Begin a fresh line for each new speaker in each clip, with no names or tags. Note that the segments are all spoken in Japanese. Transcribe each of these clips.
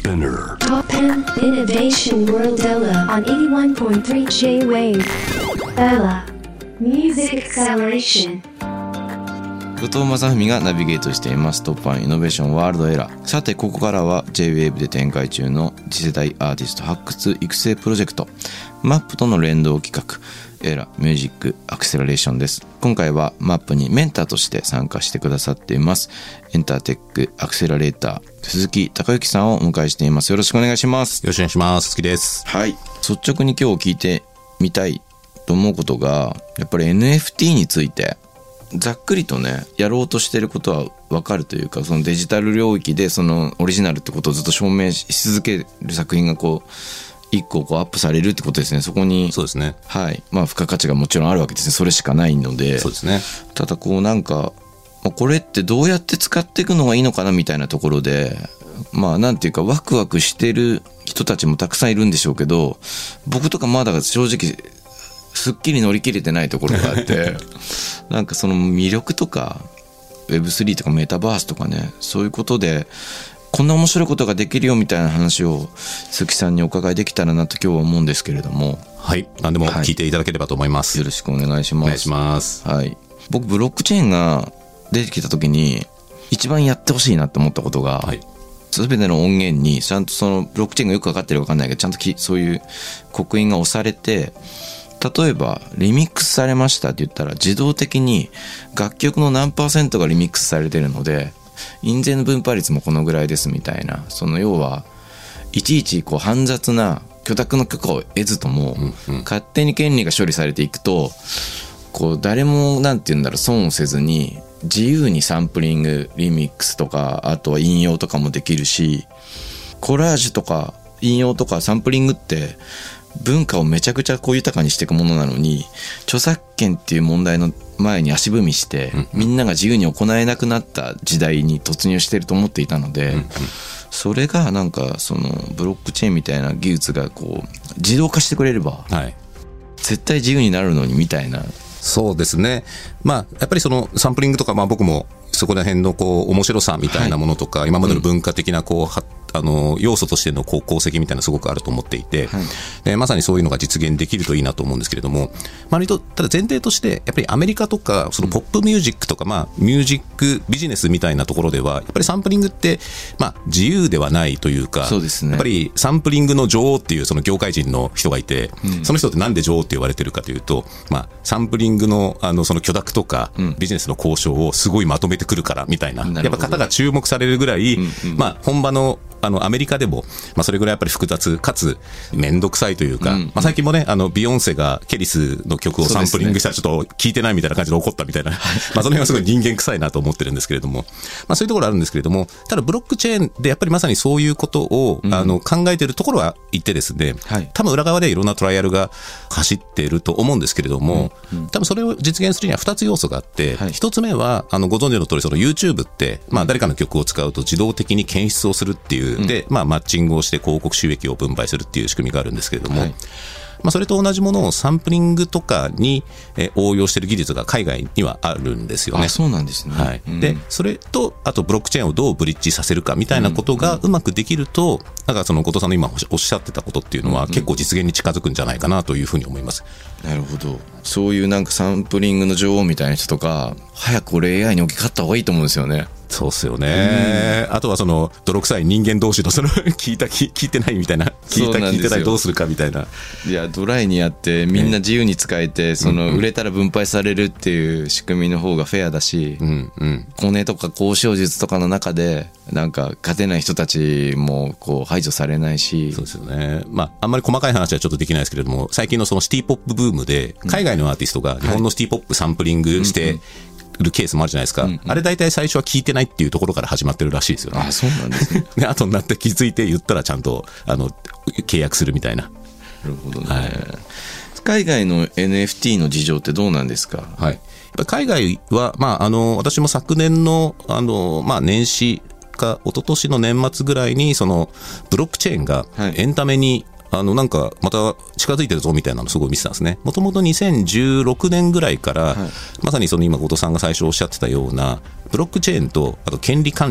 Spinner
Top 10 Innovation World Ella on 81.3 J-Wave Ella Music Acceleration。
後藤正文がナビゲートしていますトップ1イノベーションワールドエラー。さてここからは J-Wave で展開中の次世代アーティスト発掘育成プロジェクト MAP との連動企画エラミュージックアクセラレーションです。今回は MAP にメンターとして参加してくださっていますエンターテックアクセラレーター鈴木孝之さんをお迎えしています。よろしくお願いします。
よろしくお願いします。鈴木です。
はい、率直に今日聞いてみたいと思うことがやっぱり NFT についてざっくりとねやろうとしてることは分かるというか、そのデジタル領域でそのオリジナルってことをずっと証明し続ける作品がこう一個こうアップされるってことですね。そこに
そうですね、
はい、まあ付加価値がもちろんあるわけですね。それしかないので。
そうですね。
ただこうなんかこれってどうやって使っていくのがいいのかなみたいなところで、まあなんていうかワクワクしてる人たちもたくさんいるんでしょうけど、僕とかまだ正直すっきり乗り切れてないところがあってなんかその魅力とか Web3 とかメタバースとかね、そういうことでこんな面白いことができるよみたいな話を鈴木さんにお伺いできたらなと今日は思うんですけれども。
はい、何でも聞いていただければと思います、
よろしくお願いします。
お願いします。
はい、僕ブロックチェーンが出てきた時に一番やってほしいなって思ったことが、はい、全ての音源にちゃんとそのブロックチェーンがよく分かってるか分かんないけどちゃんとそういう刻印が押されて、例えばリミックスされましたって言ったら自動的に楽曲の何%がリミックスされてるので印税の分配率もこのぐらいですみたいな、その要はいちいちこう煩雑な許諾の許可を得ずとも勝手に権利が処理されていくと、こう誰もなんて言うんだろう損をせずに自由にサンプリングリミックスとかあとは引用とかもできるし、コラージュとか引用とかサンプリングって文化をめちゃくちゃこう豊かにしていくものなのに、著作権っていう問題の前に足踏みしてみんなが自由に行えなくなった時代に突入してると思っていたので、それがなんかそのブロックチェーンみたいな技術がこう自動化してくれれば絶対自由になるのにみたいな。
そうですね。まあやっぱりそのサンプリングとか、まあ僕もそこら辺のこう面白さみたいなものとか、今までの文化的なこう要素としてのこう功績みたいなのすごくあると思っていて、でまさにそういうのが実現できるといいなと思うんですけれども、割とただ前提としてやっぱりアメリカとかそのポップミュージックとか、まあミュージックビジネスみたいなところではやっぱりサンプリングってまあ自由ではないというか、
そうですね、
やっぱりサンプリングの女王っていうその業界人の人がいて、その人ってなんで女王って言われてるかというと、まあサンプリングのその許諾とかビジネスの交渉をすごいまとめてくるからみたいな、やっぱ方が注目されるぐらい、まあ本場のアメリカでも、まあ、それぐらいやっぱり複雑かつめんどくさいというか、まあ、最近もねビヨンセがケリスの曲をサンプリングしたらちょっと聞いてないみたいな感じで怒ったみたいなまあその辺はすごい人間臭いなと思ってるんですけれども、まあ、そういうところあるんですけれども、ただブロックチェーンでやっぱりまさにそういうことを考えているところはいてですね、多分裏側でいろんなトライアルが走っていると思うんですけれども、多分それを実現するには2つ要素があって、1つ目はご存知の通りその YouTube って、まあ、誰かの曲を使うと自動的に検出をするっていう、でまあ、マッチングをして広告収益を分配するっていう仕組みがあるんですけれども、まあ、それと同じものをサンプリングとかに応用している技術が海外にはあるんですよね。
あ、そうなんですね。
はい、でそれとあとブロックチェーンをどうブリッジさせるかみたいなことがうまくできると、なんかその後藤さんの今おっしゃってたことっていうのは結構実現に近づくんじゃないかなというふうに思います。
なるほど。そういうなんかサンプリングの女王みたいな人とか早くこれ AI に置き換わった方がいいと思うんですよね。
そうですよね。あとはその泥臭い人間同士のその聞いてないみたいな、聞いてないどうするかみたいな。
いやドライにやってみんな自由に使えて、その売れたら分配されるっていう仕組みの方がフェアだし、コネとか交渉術とかの中でなんか勝てない人たちもこう排除されないし。
そうですよね。まああんまり細かい話はちょっとできないですけれども、最近のそのシティポップブームで海外のアーティストが日本のシティポップサンプリングしてるケースもあるじゃないですか。あれ大体最初は聞いてないっていうところから始まってるらしいですよね。
あ、そうなんですね。
で後になって気づいて言ったらちゃんと契約するみたいな。
なるほどね。海外の NFT の事情ってどうなんですか。
はい、海外は、まあ、私も昨年の、まあ、年始か一昨年の年末ぐらいにそのブロックチェーンがエンタメに、なんかまた近づいてるぞみたいなのすごい見てたんですね。もともと2016年ぐらいから、まさにその今後藤さんが最初おっしゃってたようなブロックチェーンとあと権利管理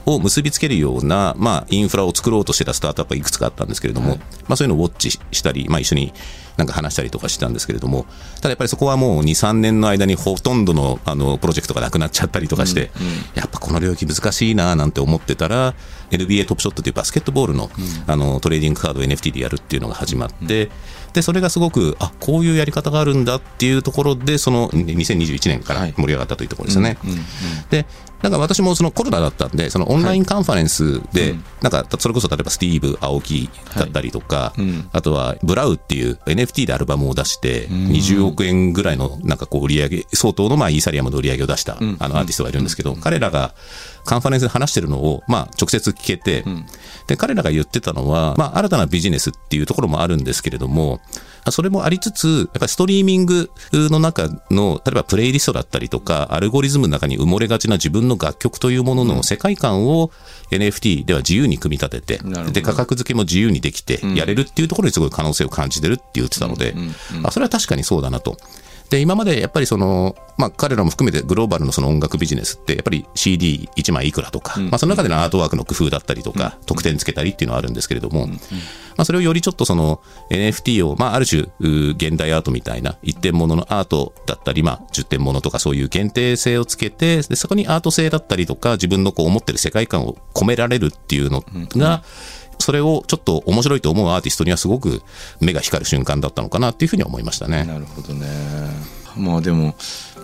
を結びつけるような、インフラを作ろうとしてたスタートアップがいくつかあったんですけれども、そういうのをウォッチしたり、一緒になんか話したりとかしたんですけれども、ただやっぱりそこはもう2、3年の間にほとんどのプロジェクトがなくなっちゃったりとかして、やっぱこの領域難しいななんて思ってたら、NBA トップショットというバスケットボールの、トレーディングカードを NFT でやるっていうのが始まって、でそれがすごくこういうやり方があるんだっていうところで、その2021年から盛り上がったというところですよね。でなんか私もそのコロナだったんで、そのオンラインカンファレンスで、なんかそれこそ例えばスティーブ・アオキだったりとか、あとはブラウっていう NFT でアルバムを出して20億円ぐらいのなんかこう売り上げ相当のイーサリアムの売り上げを出したアーティストがいるんですけど、彼らがカンファレンスで話してるのを直接聞けて、で彼らが言ってたのは、新たなビジネスっていうところもあるんですけれども、それもありつつ、やっぱりストリーミングの中の、例えばプレイリストだったりとか、アルゴリズムの中に埋もれがちな自分の楽曲というものの世界観を NFT では自由に組み立てて、で価格付けも自由にできてやれるっていうところにすごい可能性を感じてるって言ってたので、それは確かにそうだなと。で今までやっぱりその、彼らも含めてグローバルのその音楽ビジネスってやっぱり CD1 枚いくらとか、その中でのアートワークの工夫だったりとか、得点つけたりっていうのはあるんですけれども、それをよりちょっとその NFT を、ある種現代アートみたいな一点物のアートだったり、10点物とかそういう限定性をつけて、でそこにアート性だったりとか自分のこう思ってる世界観を込められるっていうのが、それをちょっと面白いと思うアーティストにはすごく目が光る瞬間だったのかなっていうふうに思いましたね。
なるほどね。でも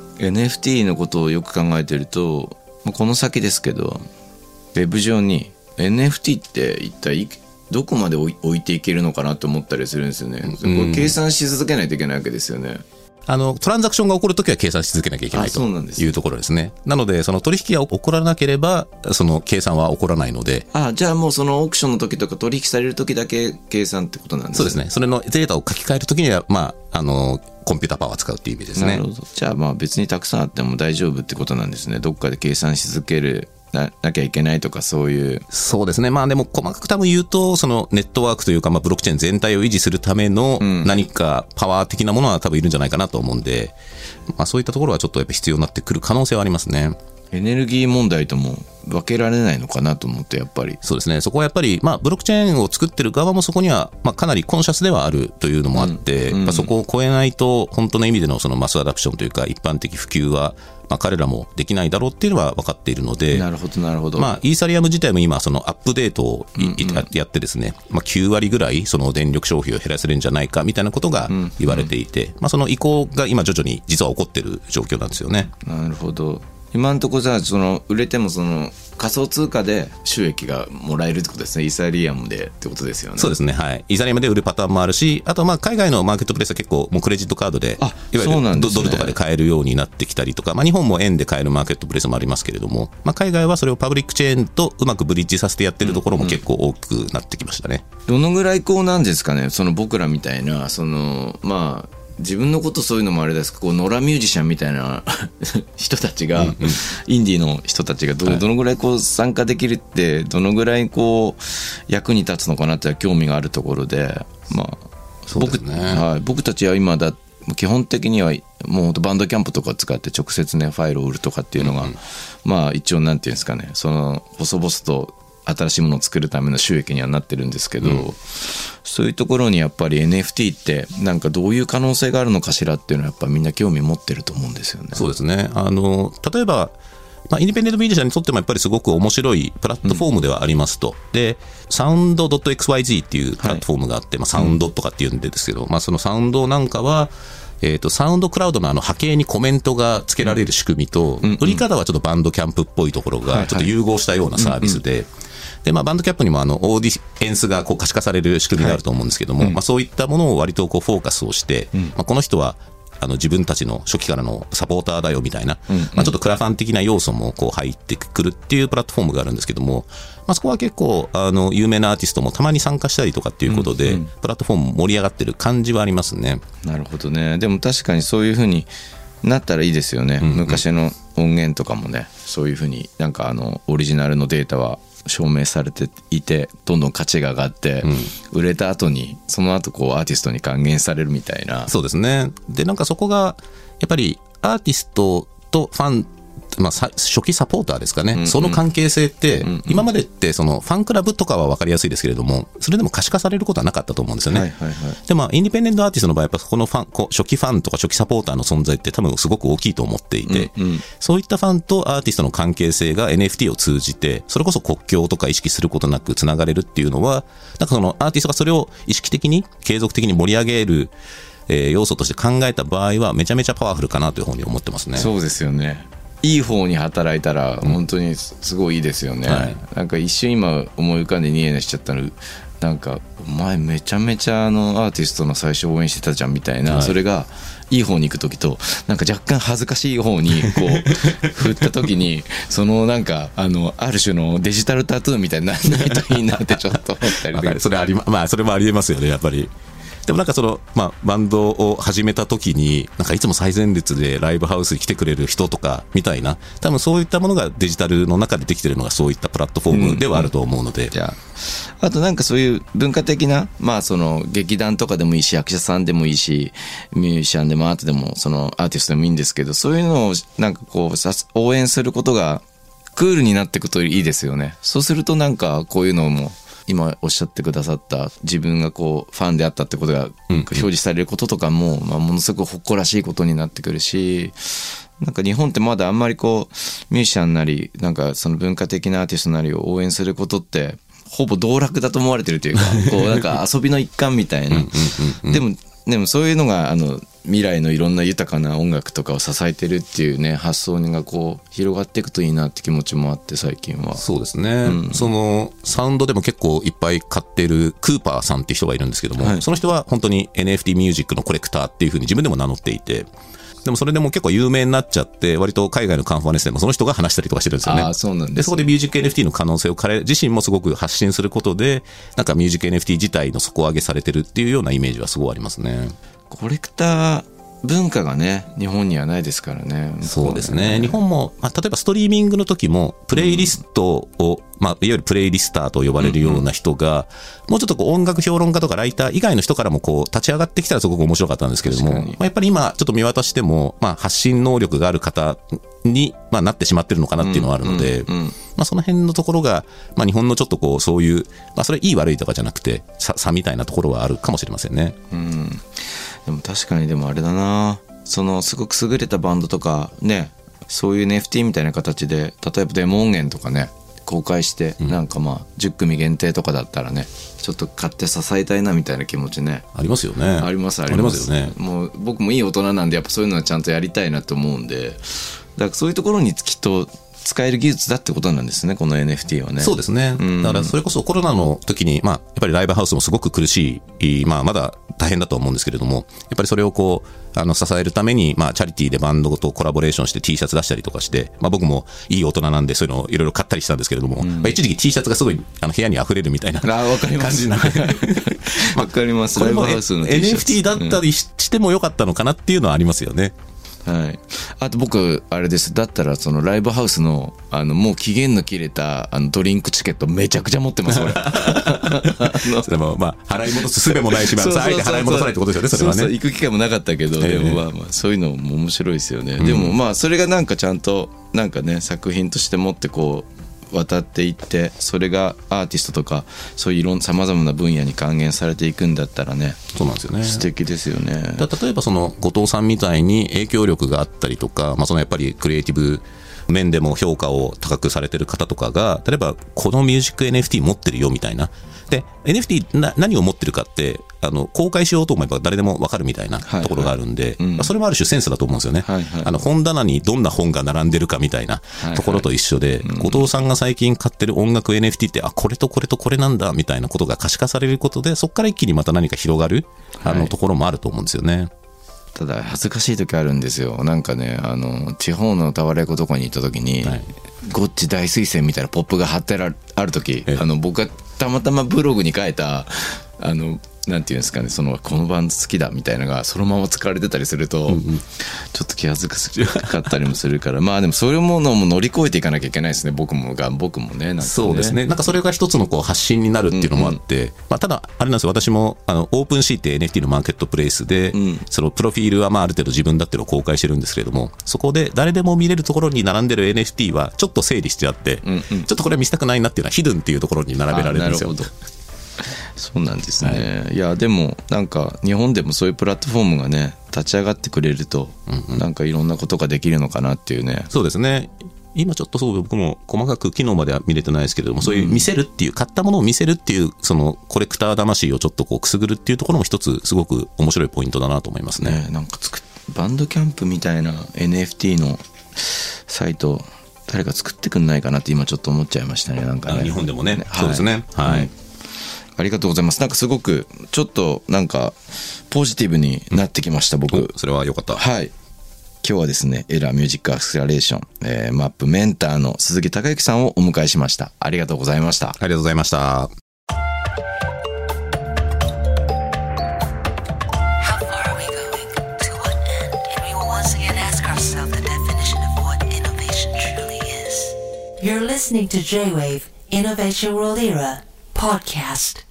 NFT のことをよく考えてると、この先ですけど、ウェブ上に NFT って一体どこまで置いていけるのかなと思ったりするんですよね。これ計算し続けないといけないわけですよね。
トランザクションが起こるときは計算し続けなきゃいけないというところですね。なので、その取引が起こらなければ、その計算は起こらないので。
じゃあもうそのオークションの時とか取引される時だけ計算ってことなんですね。
そうですね。それのデータを書き換える時には、コンピューターパワーを使うっていう意味ですね。
なるほど。じゃあ別にたくさんあっても大丈夫ってことなんですね。どっかで計算し続ける。なきゃいけないとかそういう。
そうですね。でも細かく多分言うと、そのネットワークというか、ブロックチェーン全体を維持するための何かパワー的なものは多分いるんじゃないかなと思うんで、そういったところはちょっとやっぱ必要になってくる可能性はありますね。
エネルギー問題とも分けられないのかなと思って、やっぱり
そうですね。そこはやっぱり、ブロックチェーンを作ってる側もそこには、かなりコンシャスではあるというのもあって、そこを超えないと本当の意味でのそのマスアダプションというか一般的普及は彼らもできないだろうっていうのは分かっているので。
なるほどなるほど。
イーサリアム自体も今そのアップデートをやってですね、9割ぐらいその電力消費を減らせるんじゃないかみたいなことが言われていて、その移行が今徐々に実は起こっている状況なんですよね。
なるほど。今のところその売れてもその仮想通貨で収益がもらえるってことですね。イーサリアムでってことですよね。
そうですね。はい。イーサリアムで売るパターンもあるし、あと海外のマーケットプレイスは結構もうクレジットカードで、いわゆるドルとかで買えるようになってきたりとか、日本も円で買えるマーケットプレイスもありますけれども、海外はそれをパブリックチェーンとうまくブリッジさせてやってるところも結構多くなってきましたね。
どのぐらいなんですかね。その僕らみたいなその自分のことそういうのもあれですけど、野良ミュージシャンみたいな人たちが、インディーの人たちがどのぐらい参加できるって、どのぐらい役に立つのかなって興味があるところで、
そうですね。
僕たちは今基本的にはもうほんとバンドキャンプとか使って直接ねファイルを売るとかっていうのが、一応なんていうんですかね、その細々と新しいものを作るための収益にはなってるんですけど、そういうところにやっぱり NFT ってなんかどういう可能性があるのかしらっていうのはやっぱみんな興味持ってると思うんですよね。
そうですね。例えばインディペンデントミュージシャンにとってもやっぱりすごく面白いプラットフォームではありますと。で、sound.xyz っていうプラットフォームがあって、サウンドとかっていうんですけど、そのサウンドなんかは、サウンドクラウドの波形にコメントがつけられる仕組みと、売り方はちょっとバンドキャンプっぽいところがちょっと融合したようなサービスで、でバンドキャンプにもオーディエンスが可視化される仕組みがあると思うんですけども、そういったものを割とフォーカスをして、この人は自分たちの初期からのサポーターだよみたいな、ちょっとクラファン的な要素も入ってくるっていうプラットフォームがあるんですけども、そこは結構有名なアーティストもたまに参加したりとかっていうことで、プラットフォーム盛り上がってる感じはありますね。
なるほどね。でも確かにそういう風になったらいいですよね。昔の音源とかもね、そういう風になんかオリジナルのデータは証明されていて、どんどん価値が上がって、売れた後にその後アーティストに還元されるみたいな。
そうですね。でなんかそこがやっぱりアーティストとファンまあ、初期サポーターですかね、その関係性って、今までってそのファンクラブとかは分かりやすいですけれども、それでも可視化されることはなかったと思うんですよね。で、まあ、インディペンデントアーティストの場合、やっぱそこの初期ファンとか初期サポーターの存在って多分すごく大きいと思っていて、そういったファンとアーティストの関係性が NFT を通じて、それこそ国境とか意識することなくつながれるっていうのは、なんかそのアーティストがそれを意識的に継続的に盛り上げる要素として考えた場合はめちゃめちゃパワフルかなというふうに思ってますね。
そうですよね。いい方に働いたら本当にすごいいいですよね、なんか一瞬今思い浮かんでニヤニヤしちゃったの、なんかお前めちゃめちゃアーティストの最初応援してたじゃんみたいな、それがいい方に行く時となんか若干恥ずかしい方にこう振った時にそのなんかある種のデジタルタトゥーみたいにならないといいなってちょっと思ったり
それまあそれもありえますよねやっぱり。でもなんかその、まあ、バンドを始めた時になんかいつも最前列でライブハウスに来てくれる人とかみたいな、多分そういったものがデジタルの中でできてるのがそういったプラットフォームではあると思うので、
じゃあとなんかそういう文化的な、まあその劇団とかでもいいし役者さんでもいいしミュージシャンでもアートでもそのアーティストでもいいんですけど、そういうのをなんかこう応援することがクールになっていくといいですよね。そうするとなんかこういうのも今おっしゃってくださった自分がこうファンであったってことが表示されることとかも、まあ、ものすごく誇らしいことになってくるし、なんか日本ってまだあんまりこうミュージシャンなりなんかその文化的なアーティストなりを応援することってほぼ道楽だと思われてるというかこうなんか遊びの一環みたいなでもそういうのが未来のいろんな豊かな音楽とかを支えてるっていうね発想がこう広がっていくといいなって気持ちもあって最近は。
そうですね、そのサウンドでも結構いっぱい買ってるクーパーさんっていう人がいるんですけども、その人は本当に NFT ミュージックのコレクターっていう風に自分でも名乗っていて、でもそれでも結構有名になっちゃって割と海外のカンファレンスでもその人が話したりとかしてるんですよね。
そうなんです。
でそこでミュージック NFT の可能性を彼自身もすごく発信することでなんかミュージック NFT 自体の底上げされてるっていうようなイメージはすごいありますね。
コレクター文化がね日本にはないですからね。
そうですね。日本も、例えばストリーミングの時もプレイリストを、いわゆるプレイリスターと呼ばれるような人が、もうちょっとこう音楽評論家とかライター以外の人からもこう立ち上がってきたらすごく面白かったんですけれども、やっぱり今ちょっと見渡しても、発信能力がある方に、なってしまってるのかなっていうのはあるので、その辺のところが、日本のちょっとこうそういう、それいい悪いとかじゃなくて差みたいなところはあるかもしれませんね。
でも確かにでもあれだな、そのすごく優れたバンドとかね、そういう NFT みたいな形で例えばデモ音源とかね公開して、なんか10組限定とかだったらねちょっと買って支えたいなみたいな気持ちね
ありますよね。
ありますよね。
も
う僕もいい大人なんでやっぱそういうのはちゃんとやりたいなと思うんで、だからそういうところにきっと使える技術だってことなんですね、この NFT はね。
そうですね、だからそれこそコロナの時に、やっぱりライブハウスもすごく苦しい、まだ大変だと思うんですけれども、やっぱりそれをこう支えるために、チャリティーでバンドとコラボレーションして T シャツ出したりとかして、僕もいい大人なんでそういうのをいろいろ買ったりしたんですけれども、一時期 T シャツがすごい部屋に溢れるみたいな感じな
わかります。
これも NFT だったりしてもよかったのかなっていうのはありますよね。
はい、あと僕あれです、だったらそのライブハウスのもう期限の切れたドリンクチケットめちゃくちゃ持ってます俺
それも払い戻す術もないし、あえて払い戻さないってことですよね。それはね、
そう行く機会もなかったけど、でもそういうのも面白いですよね。でもそれがなんかちゃんとなんかね作品として持ってこう渡っていって、それがアーティストとかそういうさまざまな分野に還元されていくんだったらね、
そうなんですよね。
素敵ですよね。
例えばその後藤さんみたいに影響力があったりとか、そのやっぱりクリエイティブ面でも評価を高くされてる方とかが、例えばこのミュージック NFT 持ってるよみたいな、で NFT 何を持ってるかって公開しようと思えば誰でも分かるみたいなところがあるんで、それもある種センスだと思うんですよね。本棚にどんな本が並んでるかみたいなところと一緒で、後藤さんが最近買ってる音楽 NFT ってこれとこれとこれなんだみたいなことが可視化されることで、そこから一気にまた何か広がるところもあると思うんですよね。
ただ恥ずかしい時あるんですよ。なんかね地方のタワレコとかに行った時に、ゴッチ大推薦みたいなポップが貼ってある時、僕がたまたまブログに書いたなんていうんですかね、このバンド好きだみたいなのがそのまま使われてたりすると、ちょっと気恥ずかったりもするからまあでもそういうものも乗り越えていかなきゃいけないですね。僕もねなんかね。
そうですね。なんかそれが一つのこう発信になるっていうのもあって、まあただあれなんですよ、私もオープンシーって NFT のマーケットプレイスで、そのプロフィールはまあある程度自分だっていうのを公開してるんですけれども、そこで誰でも見れるところに並んでる NFT はちょっと整理してあって、ちょっとこれは見せたくないなっていうのはヒドゥンっていうところに並べられるんですよ。
そうなんですね、いやでもなんか日本でもそういうプラットフォームがね立ち上がってくれると、なんかいろんなことができるのかなっていうね。
そうですね。今ちょっと僕も細かく機能までは見れてないですけれども、そういう見せるっていう、買ったものを見せるっていうそのコレクター魂をちょっとこうくすぐるっていうところも一つすごく面白いポイントだなと思いますね。
なんかバンドキャンプみたいな NFT のサイト誰か作ってくんないかなって今ちょっと思っちゃいましたね。なんかね、
日本でもね、そうですね。はい。
ありがとうございます。なんかすごくちょっとなんかポジティブになってきました、僕。
それは良かった。
はい。今日はですね、エラーミュージックアクセラレーション、マップメンターの鈴木孝之さんをお迎えしました。ありがとうございました。
ありがとうございました。
You're listening to J-Wave Innovation World Era podcast.